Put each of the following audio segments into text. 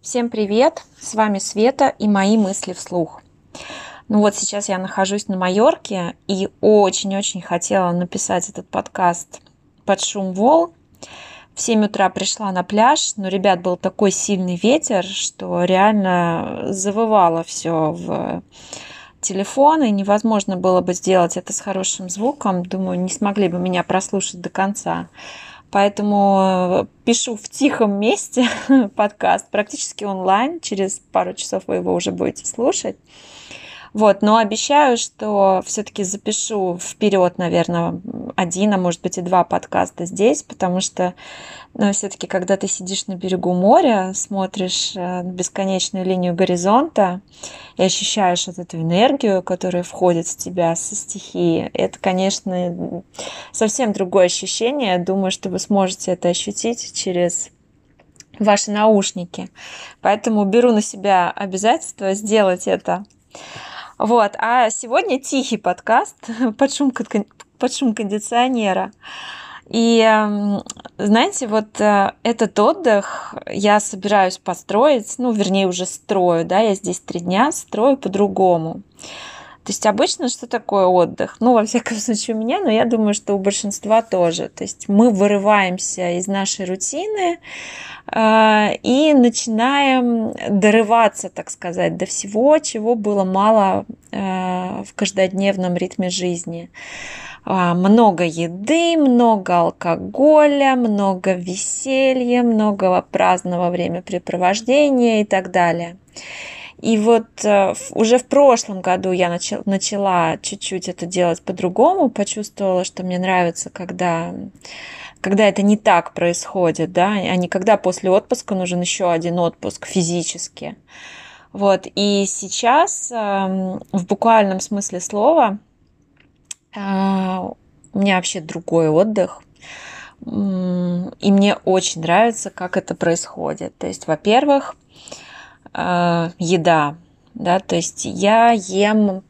Всем привет! С вами Света и мои мысли вслух. Ну вот сейчас я нахожусь на Майорке и очень-очень хотела написать этот подкаст под шум волн. В 7 утра пришла на пляж, но, ребят, был такой сильный ветер, что реально завывало все в телефон, и невозможно было бы сделать это с хорошим звуком. Думаю, не смогли бы меня прослушать до конца. Поэтому пишу в тихом месте подкаст, практически онлайн. Через пару часов вы его уже будете слушать. Вот, но обещаю, что все-таки запишу вперед, наверное, один, а может быть и два подкаста здесь, потому что все-таки, когда ты сидишь на берегу моря, смотришь бесконечную линию горизонта и ощущаешь вот эту энергию, которая входит в тебя со стихии, это, конечно, совсем другое ощущение. Думаю, что вы сможете это ощутить через ваши наушники. Поэтому беру на себя обязательство сделать это. Вот, а сегодня тихий подкаст под шум кондиционера. И знаете, вот этот отдых я собираюсь построить, вернее, уже строю, да, я здесь 3 дня, строю по-другому. То есть обычно что такое отдых? Во всяком случае у меня, но я думаю, что у большинства тоже. То есть мы вырываемся из нашей рутины и начинаем дорываться, так сказать, до всего, чего было мало в каждодневном ритме жизни. Много еды, много алкоголя, много веселья, много праздного времяпрепровождения и так далее. И вот уже в прошлом году я начала чуть-чуть это делать по-другому, почувствовала, что мне нравится, когда это не так происходит, да, а не когда после отпуска нужен еще один отпуск физически. Вот, и сейчас в буквальном смысле слова у меня вообще другой отдых. И мне очень нравится, как это происходит. То есть, во-первых, еда, да, то есть я ем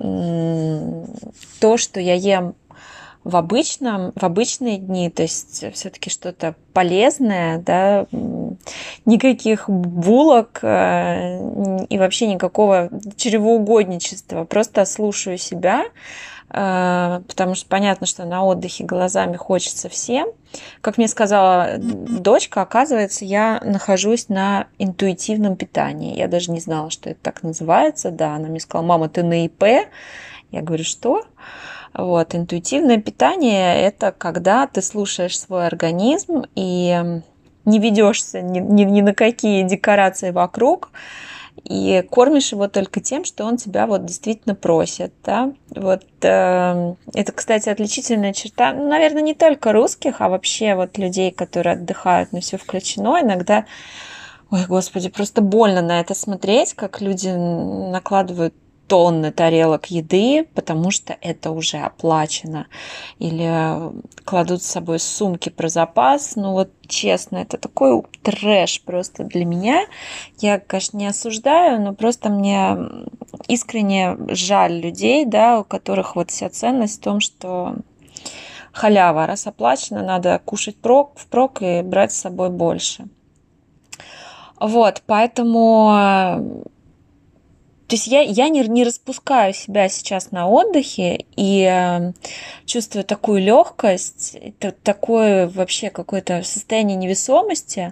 то, что я ем в обычные дни, то есть все-таки что-то полезное, да, никаких булок и вообще никакого чревоугодничества, просто слушаю себя, потому что понятно, что на отдыхе глазами хочется всем. Как мне сказала дочка, оказывается, я нахожусь на интуитивном питании. Я даже не знала, что это так называется. Да, она мне сказала: мама, ты на ИП? Я говорю, что? Вот, интуитивное питание – это когда ты слушаешь свой организм и не ведешься ни на какие декорации вокруг, и кормишь его только тем, что он тебя вот действительно просит, да. Вот это, кстати, отличительная черта, наверное, не только русских, а вообще вот людей, которые отдыхают на все включено. Иногда, ой, господи, просто больно на это смотреть, как люди накладывают тонны тарелок еды, потому что это уже оплачено. Или кладут с собой сумки про запас. Вот честно, это такой трэш просто для меня. Я, конечно, не осуждаю, но просто мне искренне жаль людей, да, у которых вот вся ценность в том, что халява, раз оплачено, надо кушать впрок и брать с собой больше. Вот, поэтому... То есть я не распускаю себя сейчас на отдыхе и чувствую такую легкость, такое вообще какое-то состояние невесомости.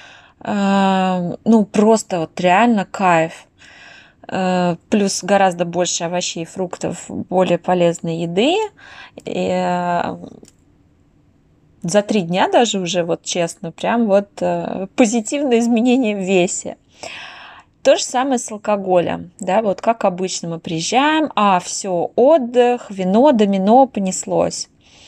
Просто вот реально кайф. Плюс гораздо больше овощей и фруктов, более полезной еды. И за 3 дня даже уже, вот честно, прям вот позитивное изменение в весе. То же самое с алкоголем, да, вот как обычно мы приезжаем, все, отдых, вино, домино, понеслось.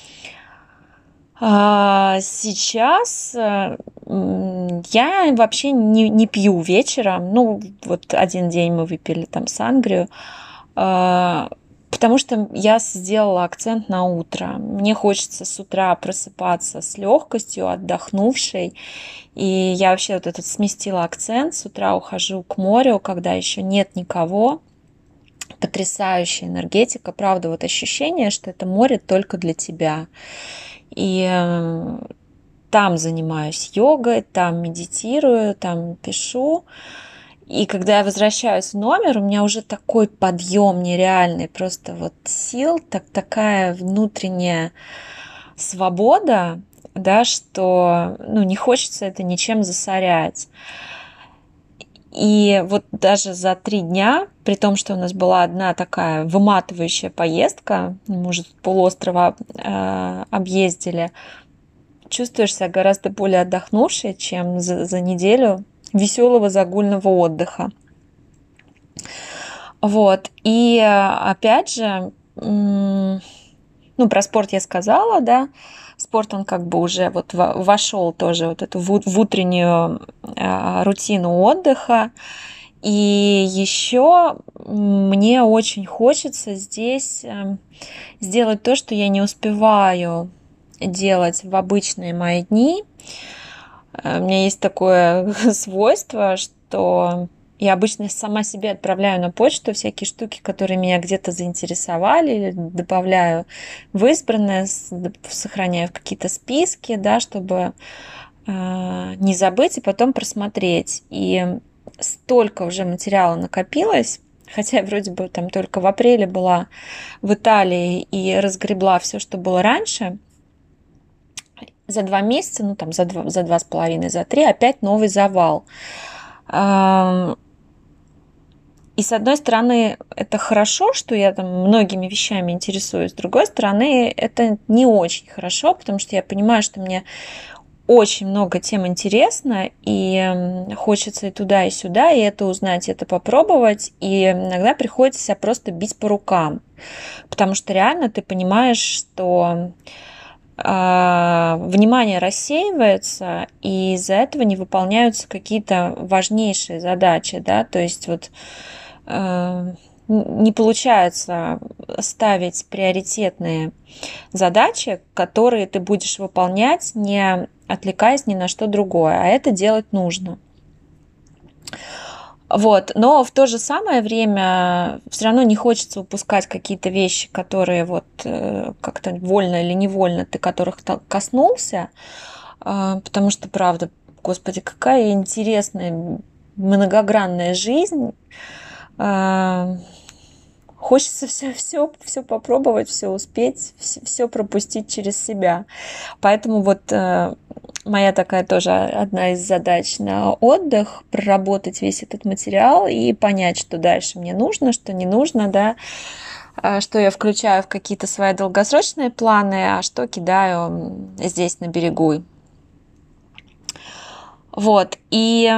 Сейчас я вообще не пью вечером, вот один день мы выпили там сангрию, потому что я сделала акцент на утро. Мне хочется с утра просыпаться с легкостью, отдохнувшей. И я вообще вот этот сместила акцент. С утра ухожу к морю, когда еще нет никого. Потрясающая энергетика. Правда, вот ощущение, что это море только для тебя. И там занимаюсь йогой, там медитирую, там пишу. И когда я возвращаюсь в номер, у меня уже такой подъем нереальный, просто вот сил, такая внутренняя свобода, да, что не хочется это ничем засорять. И вот даже за 3 дня, при том, что у нас была одна такая выматывающая поездка, мы уже полуострова объездили, чувствуешь себя гораздо более отдохнувшей, чем за неделю веселого загульного отдыха. Вот. И опять же, про спорт я сказала, да, спорт, он как бы уже вот вошел тоже вот эту в утреннюю рутину отдыха. И еще мне очень хочется здесь сделать то, что я не успеваю делать в обычные мои дни. У меня есть такое свойство, что я обычно сама себе отправляю на почту всякие штуки, которые меня где-то заинтересовали, или добавляю в избранное, сохраняю в какие-то списки, да, чтобы не забыть и потом просмотреть. И столько уже материала накопилось, хотя я вроде бы там только в апреле была в Италии и разгребла все, что было раньше. За 2 месяца, за 2,5, за 3 опять новый завал. И с одной стороны, это хорошо, что я там многими вещами интересуюсь. С другой стороны, это не очень хорошо, потому что я понимаю, что мне очень много тем интересно, и хочется и туда, и сюда, и это узнать, и это попробовать. И иногда приходится себя просто бить по рукам, потому что реально ты понимаешь, что внимание рассеивается, и из-за этого не выполняются какие-то важнейшие задачи, да, то есть вот не получается ставить приоритетные задачи, которые ты будешь выполнять, не отвлекаясь ни на что другое, а это делать нужно. Вот. Но в то же самое время все равно не хочется упускать какие-то вещи, которые вот как-то вольно или невольно ты которых коснулся, потому что, правда, Господи, какая интересная, многогранная жизнь. Хочется все попробовать, все успеть, все пропустить через себя. Поэтому вот моя такая тоже одна из задач на отдых — проработать весь этот материал и понять, что дальше мне нужно, что не нужно, да, что я включаю в какие-то свои долгосрочные планы, а что кидаю здесь на берегу. Вот. И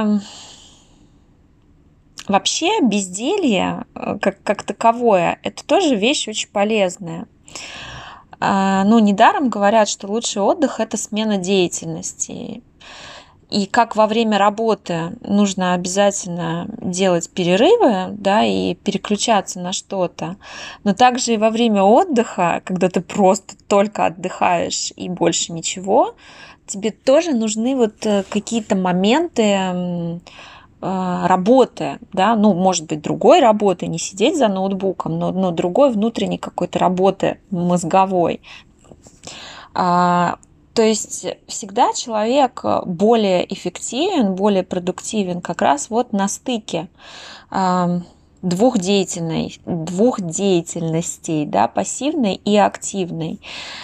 вообще безделье как таковое — это тоже вещь очень полезная. Недаром говорят, что лучший отдых — это смена деятельности. И как во время работы нужно обязательно делать перерывы, да, и переключаться на что-то, но также и во время отдыха, когда ты просто только отдыхаешь и больше ничего, тебе тоже нужны вот какие-то моменты работы, да, может быть, другой работы, не сидеть за ноутбуком, но другой внутренней какой-то работы мозговой. То есть всегда человек более эффективен, более продуктивен как раз вот на стыке двух деятельностей, да, пассивной и активной.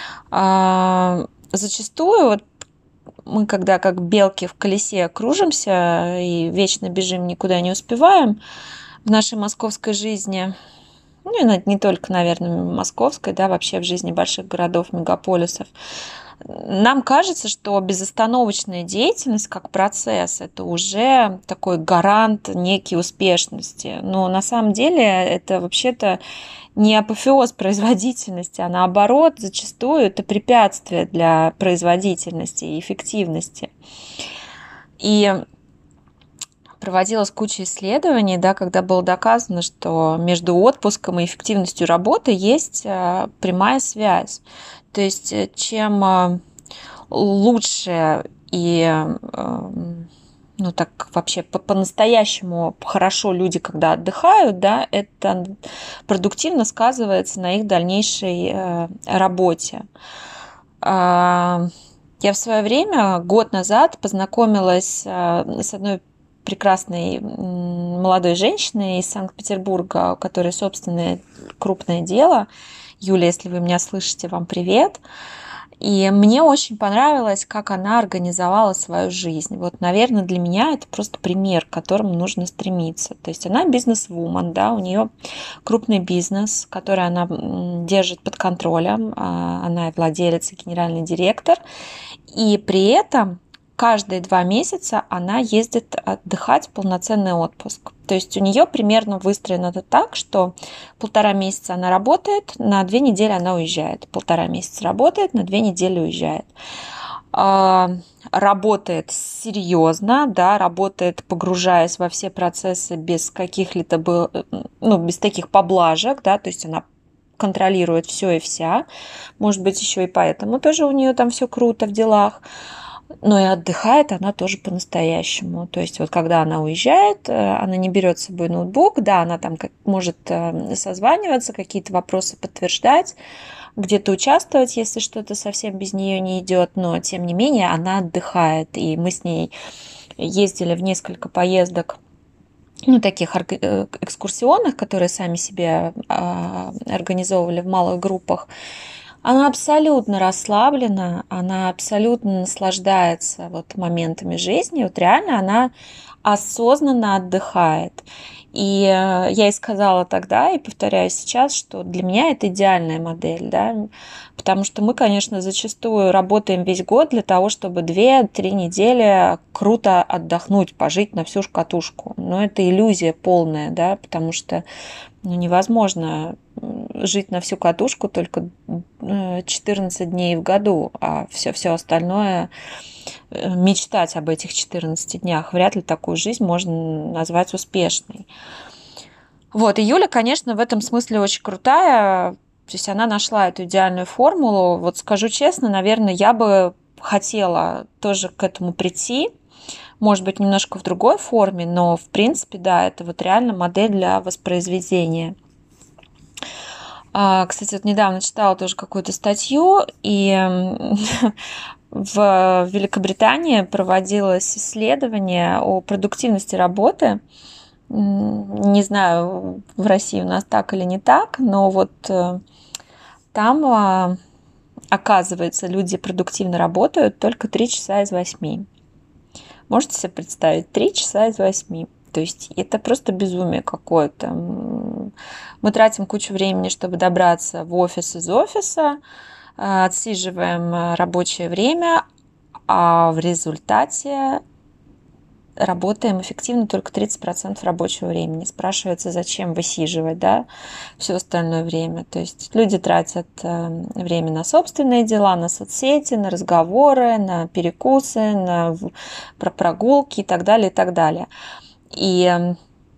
Зачастую вот мы, когда как белки в колесе кружимся и вечно бежим, никуда не успеваем в нашей московской жизни, и не только, наверное, московской, да, вообще в жизни больших городов, мегаполисов, нам кажется, что безостановочная деятельность как процесс — это уже такой гарант некой успешности. Но на самом деле это вообще-то не апофеоз производительности, а наоборот, зачастую это препятствие для производительности и эффективности. И проводилась куча исследований, да, когда было доказано, что между отпуском и эффективностью работы есть прямая связь. То есть чем лучше и так вообще по-настоящему хорошо люди, когда отдыхают, да, это продуктивно сказывается на их дальнейшей работе. Я в свое время, год назад, познакомилась с одной прекрасной молодой женщиной из Санкт-Петербурга, у которой собственное крупное дело. Юля, если вы меня слышите, вам привет. И мне очень понравилось, как она организовала свою жизнь. Вот, наверное, для меня это просто пример, к которому нужно стремиться. То есть она бизнес-вумен, да, у нее крупный бизнес, который она держит под контролем. Она владелец и генеральный директор. И при этом каждые 2 месяца она ездит отдыхать в полноценный отпуск. То есть у нее примерно выстроено это так, что 1,5 месяца она работает, на 2 недели она уезжает. 1,5 месяца работает, на 2 недели уезжает. Работает серьезно, да, работает, погружаясь во все процессы без каких-либо, без таких поблажек, да, то есть она контролирует все и вся. Может быть, еще и поэтому тоже у нее там все круто в делах. Но и отдыхает она тоже по-настоящему. То есть вот когда она уезжает, она не берет с собой ноутбук, да, она там может созваниваться, какие-то вопросы подтверждать, где-то участвовать, если что-то совсем без нее не идет, но тем не менее она отдыхает. И мы с ней ездили в несколько поездок, таких экскурсионных, которые сами себе организовывали в малых группах. Она абсолютно расслаблена, она абсолютно наслаждается вот моментами жизни. Вот реально она осознанно отдыхает. И я ей сказала тогда, и повторяю сейчас, что для меня это идеальная модель, да, потому что мы, конечно, зачастую работаем весь год для того, чтобы 2-3 недели круто отдохнуть, пожить на всю катушку. Но это иллюзия полная, да, потому что невозможно жить на всю катушку только 14 дней в году, а все остальное мечтать об этих 14 днях. Вряд ли такую жизнь можно назвать успешной. Вот, и Юля, конечно, в этом смысле очень крутая. То есть она нашла эту идеальную формулу. Вот скажу честно, наверное, я бы хотела тоже к этому прийти. Может быть, немножко в другой форме, но, в принципе, да, это вот реально модель для воспроизведения. Кстати, вот недавно читала тоже какую-то статью, и в Великобритании проводилось исследование о продуктивности работы. Не знаю, в России у нас так или не так, но вот там, оказывается, люди продуктивно работают только 3 часа из 8. Можете себе представить? 3 часа из 8. То есть это просто безумие какое-то. Мы тратим кучу времени, чтобы добраться в офис из офиса, отсиживаем рабочее время, а в результате работаем эффективно только 30% рабочего времени. Спрашивается, зачем высиживать, да, все остальное время. То есть люди тратят время на собственные дела, на соцсети, на разговоры, на перекусы, на прогулки и так далее, и так далее. И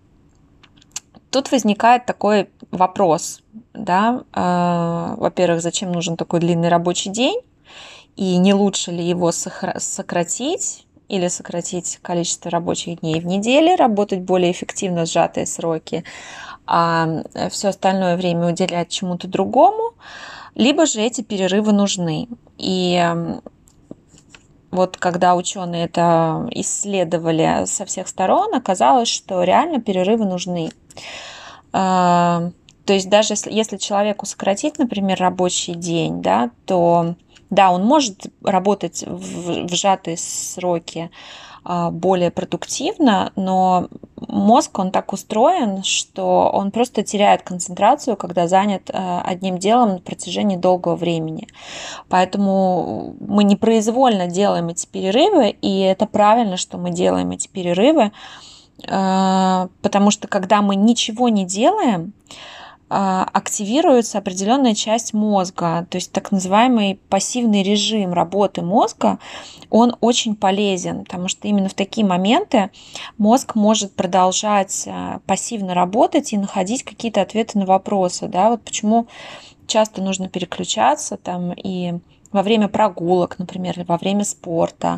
тут возникает такой вопрос, да, во-первых, зачем нужен такой длинный рабочий день, и не лучше ли его сократить, или сократить количество рабочих дней в неделе, работать более эффективно, сжатые сроки, а все остальное время уделять чему-то другому, либо же эти перерывы нужны. И вот когда ученые это исследовали со всех сторон, оказалось, что реально перерывы нужны. То есть даже если человеку сократить, например, рабочий день, да, то да, он может работать в сжатые сроки более продуктивно, но мозг, он так устроен, что он просто теряет концентрацию, когда занят одним делом на протяжении долгого времени. Поэтому мы непроизвольно делаем эти перерывы, и это правильно, что мы делаем эти перерывы, потому что когда мы ничего не делаем, активируется определенная часть мозга, то есть так называемый пассивный режим работы мозга, он очень полезен, потому что именно в такие моменты мозг может продолжать пассивно работать и находить какие-то ответы на вопросы, да, вот почему часто нужно переключаться там и во время прогулок, например, или во время спорта,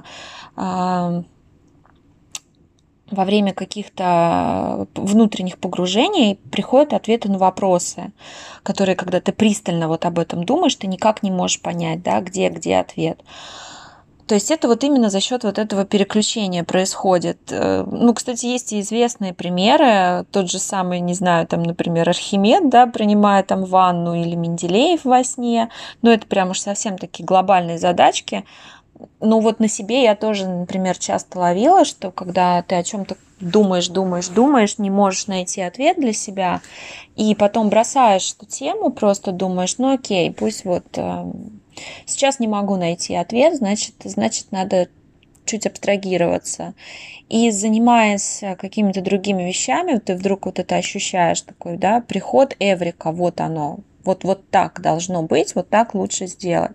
во время каких-то внутренних погружений приходят ответы на вопросы, которые, когда ты пристально вот об этом думаешь, ты никак не можешь понять, да, где ответ. То есть это вот именно за счет вот этого переключения происходит. Ну, кстати, есть и известные примеры. Тот же самый, не знаю, там, например, Архимед, да, принимая там ванну, или Менделеев во сне. Ну, это прям уж совсем такие глобальные задачки. Ну, вот на себе я тоже, например, часто ловила, что когда ты о чем-то думаешь, не можешь найти ответ для себя, и потом бросаешь эту тему, просто думаешь, ну окей, пусть вот сейчас не могу найти ответ, значит надо чуть абстрагироваться. И занимаясь какими-то другими вещами, ты вдруг вот это ощущаешь, такой, да, приход эврика, вот оно, вот так должно быть, вот так лучше сделать.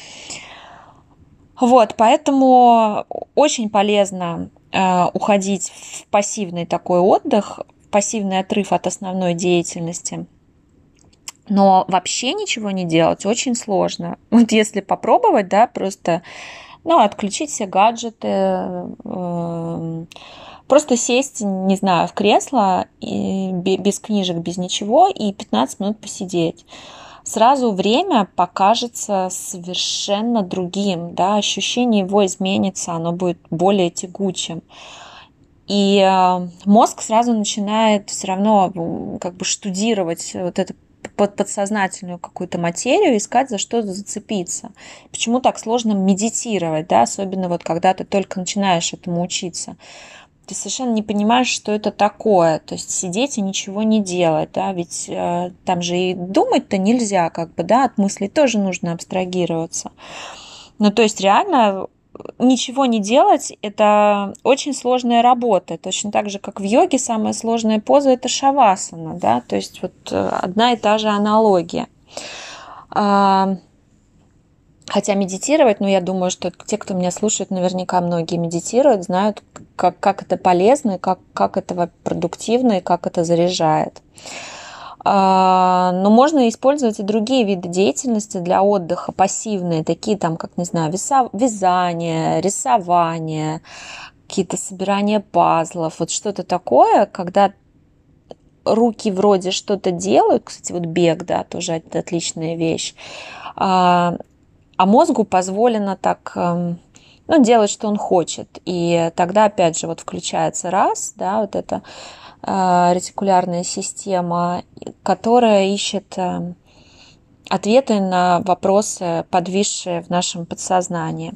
Вот, поэтому очень полезно уходить в пассивный такой отдых, в пассивный отрыв от основной деятельности. Но вообще ничего не делать очень сложно. Вот если попробовать, да, просто, ну, отключить все гаджеты, просто сесть, не знаю, в кресло и без книжек, без ничего, и 15 минут посидеть. Сразу время покажется совершенно другим, да, ощущение его изменится, оно будет более тягучим. И мозг сразу начинает все равно как бы штудировать вот это подсознательную какую-то материю, искать, за что зацепиться. Почему так сложно медитировать, да, особенно вот когда ты только начинаешь этому учиться. Ты совершенно не понимаешь, что это такое. То есть сидеть и ничего не делать, да, ведь там же и думать-то нельзя, как бы, да, от мыслей тоже нужно абстрагироваться. Ну, то есть реально ничего не делать – это очень сложная работа. Точно так же, как в йоге, самая сложная поза – это шавасана, да, то есть вот одна и та же аналогия. Хотя медитировать, ну, я думаю, что те, кто меня слушает, наверняка многие медитируют, знают, как это полезно, как это продуктивно и как это заряжает. Но можно использовать и другие виды деятельности для отдыха, пассивные, такие там, как, не знаю, вязание, рисование, какие-то собирания пазлов, вот что-то такое, когда руки вроде что-то делают, кстати, вот бег, да, тоже отличная вещь, а мозгу позволено так, ну, делать, что он хочет. И тогда, опять же, вот включается раз, да, вот эта ретикулярная система, которая ищет ответы на вопросы, подвисшие в нашем подсознании.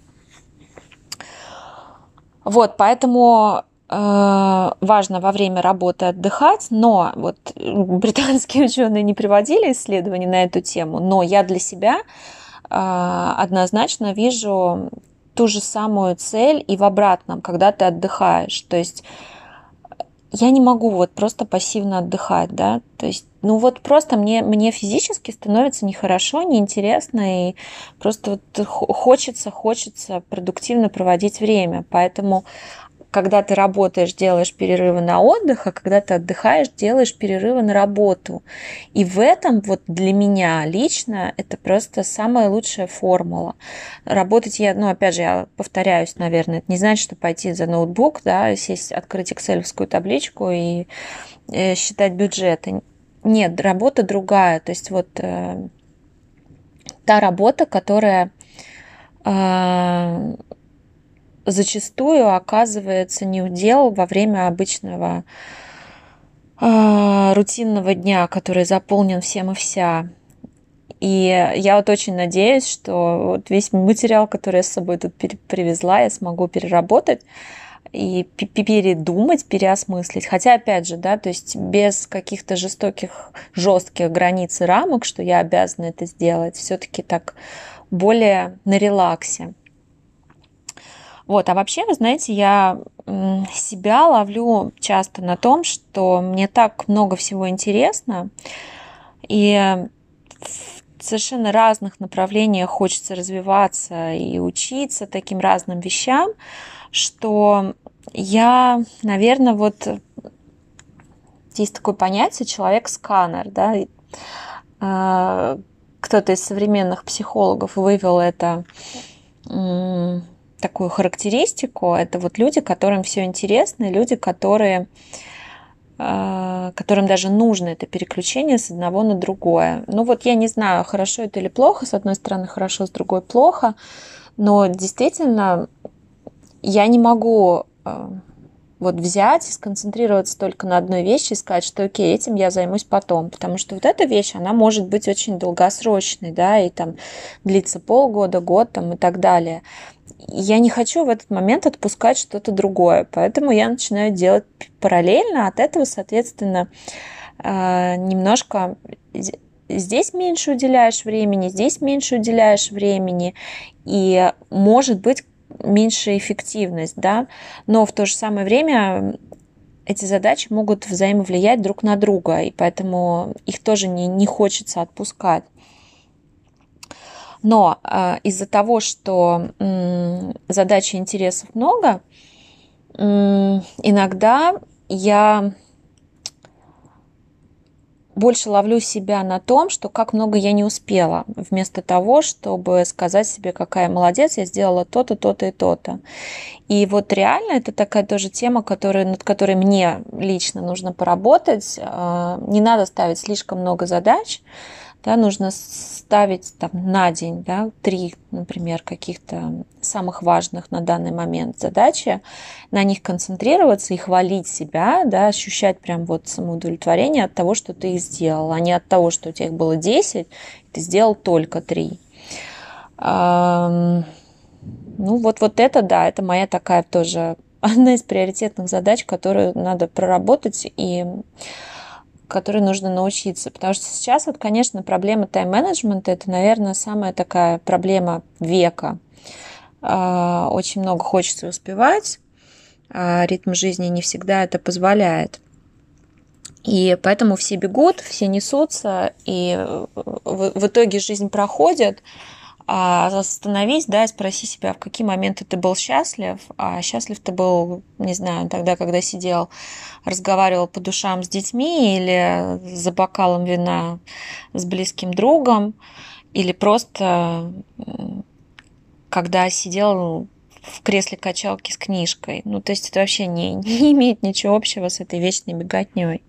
Вот, поэтому важно во время работы отдыхать, но вот британские ученые не проводили исследований на эту тему, но я для себя однозначно вижу ту же самую цель и в обратном, когда ты отдыхаешь. То есть я не могу вот просто пассивно отдыхать, да, то есть, ну вот просто мне физически становится нехорошо, неинтересно, и просто вот хочется продуктивно проводить время, поэтому когда ты работаешь, делаешь перерывы на отдых, а когда ты отдыхаешь, делаешь перерывы на работу. И в этом вот для меня лично это просто самая лучшая формула. Работать я, ну, опять же, я повторяюсь, наверное, это не значит, что пойти за ноутбук, да, сесть, открыть экселевскую табличку и считать бюджеты. Нет, работа другая. То есть вот та работа, которая зачастую оказывается неудел во время обычного рутинного дня, который заполнен всем и вся. И я вот очень надеюсь, что вот весь материал, который я с собой тут привезла, я смогу переработать и передумать, переосмыслить. Хотя, опять же, да, то есть без каких-то жестких границ и рамок, что я обязана это сделать, все-таки так более на релаксе. Вот, а вообще, вы знаете, я себя ловлю часто на том, что мне так много всего интересно, и в совершенно разных направлениях хочется развиваться и учиться таким разным вещам, что я, наверное, вот есть такое понятие человек-сканер, да, кто-то из современных психологов вывел это такую характеристику. Это вот люди, которым все интересно, люди, которым даже нужно это переключение с одного на другое. Ну вот я не знаю, хорошо это или плохо. С одной стороны хорошо, с другой плохо. Но действительно, я не могу вот взять и сконцентрироваться только на одной вещи и сказать, что окей, этим я займусь потом. Потому что вот эта вещь, она может быть очень долгосрочной, да, и там длится полгода, год там и так далее. Я не хочу в этот момент отпускать что-то другое, поэтому я начинаю делать параллельно. От этого, соответственно, немножко здесь меньше уделяешь времени, здесь меньше уделяешь времени, и может быть меньше эффективность, да, но в то же самое время эти задачи могут взаимовлиять друг на друга, и поэтому их тоже не хочется отпускать. Но из-за того, что задач и интересов много, иногда я больше ловлю себя на том, что как много я не успела, вместо того, чтобы сказать себе, какая молодец, я сделала то-то, то-то и то-то. И вот реально это такая тоже тема, над которой мне лично нужно поработать. Не надо ставить слишком много задач, да, нужно ставить там, на день, да, 3, например, каких-то самых важных на данный момент задачи, на них концентрироваться и хвалить себя, да, ощущать прям вот самоудовлетворение от того, что ты их сделал, а не от того, что у тебя их было 10, ты сделал только 3. Ну, вот это, да, это моя такая тоже одна из приоритетных задач, которую надо проработать и которой нужно научиться. Потому что сейчас, вот, конечно, проблема тайм-менеджмента – это, наверное, самая такая проблема века. Очень много хочется успевать, а ритм жизни не всегда это позволяет. И поэтому все бегут, все несутся, и в итоге жизнь проходит. А остановись, да, и спроси себя, в какие моменты ты был счастлив. А счастлив ты был, не знаю, тогда, когда сидел, разговаривал по душам с детьми или за бокалом вина с близким другом, или просто когда сидел в кресле качалки с книжкой. Ну, то есть это вообще не имеет ничего общего с этой вечной беготней.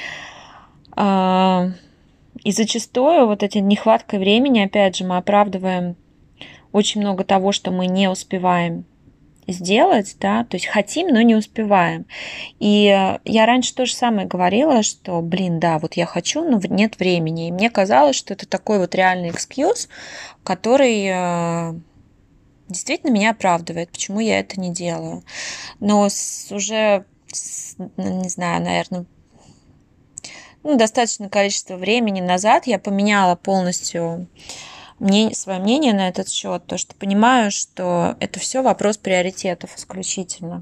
И зачастую вот этой нехваткой времени, опять же, мы оправдываем очень много того, что мы не успеваем сделать, да, то есть хотим, но не успеваем. И я раньше то же самое говорила, что, да, вот я хочу, но нет времени. И мне казалось, что это такой вот реальный экскьюз, который действительно меня оправдывает, почему я это не делаю. Но уже, не знаю, наверное, достаточное количество времени назад я поменяла полностью свое мнение на этот счет, то что понимаю, что это все вопрос приоритетов исключительно.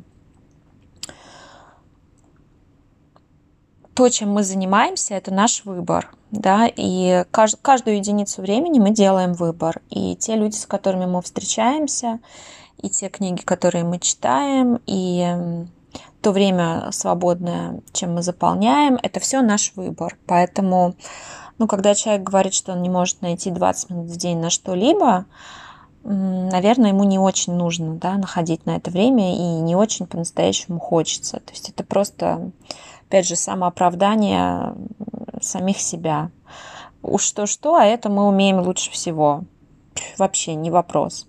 То, чем мы занимаемся, это наш выбор, да, и каждую единицу времени мы делаем выбор. И те люди, с которыми мы встречаемся, и те книги, которые мы читаем, и то время свободное, чем мы заполняем, это все наш выбор. Поэтому, когда человек говорит, что он не может найти 20 минут в день на что-либо, наверное, ему не очень нужно, да, находить на это время, и не очень по-настоящему хочется. То есть это просто, опять же, самооправдание самих себя. Уж что-что, а это мы умеем лучше всего. Вообще не вопрос.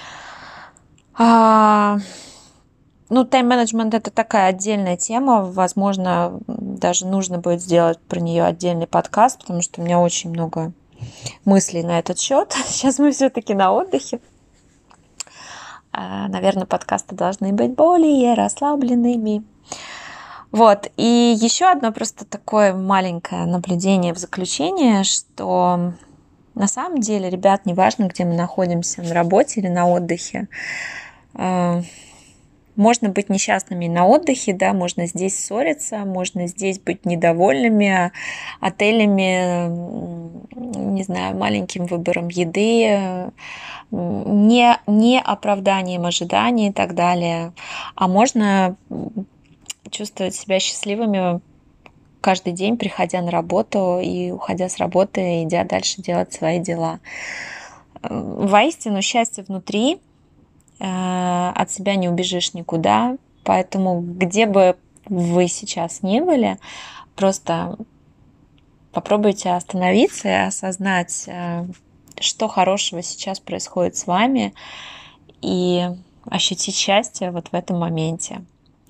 Тайм-менеджмент – это такая отдельная тема. Возможно, даже нужно будет сделать про нее отдельный подкаст, потому что у меня очень много мыслей на этот счет. Сейчас мы все-таки на отдыхе. Наверное, подкасты должны быть более расслабленными. Вот. И еще одно просто такое маленькое наблюдение в заключение, что на самом деле, ребят, неважно, где мы находимся, на работе или на отдыхе, можно быть несчастными на отдыхе, да, можно здесь ссориться, можно здесь быть недовольными отелями, не знаю, маленьким выбором еды, не оправданием ожиданий и так далее. А можно чувствовать себя счастливыми каждый день, приходя на работу и уходя с работы, идя дальше делать свои дела. Воистину, счастье внутри, от себя не убежишь никуда, поэтому где бы вы сейчас ни были, просто попробуйте остановиться и осознать, что хорошего сейчас происходит с вами, и ощутить счастье вот в этом моменте.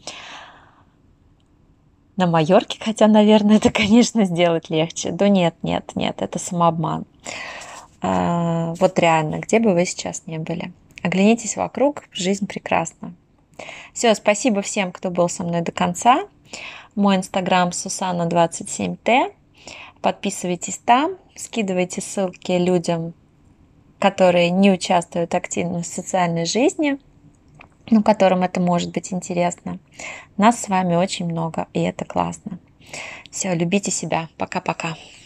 На Майорке, хотя, наверное, это, конечно, сделать легче. Да нет, это самообман. Вот реально, где бы вы сейчас ни были. Оглянитесь вокруг, жизнь прекрасна. Все, спасибо всем, кто был со мной до конца. Мой инстаграм Сусанна27Т. Подписывайтесь там, скидывайте ссылки людям, которые не участвуют активно в социальной жизни, но которым это может быть интересно. Нас с вами очень много, и это классно. Все, любите себя. Пока-пока.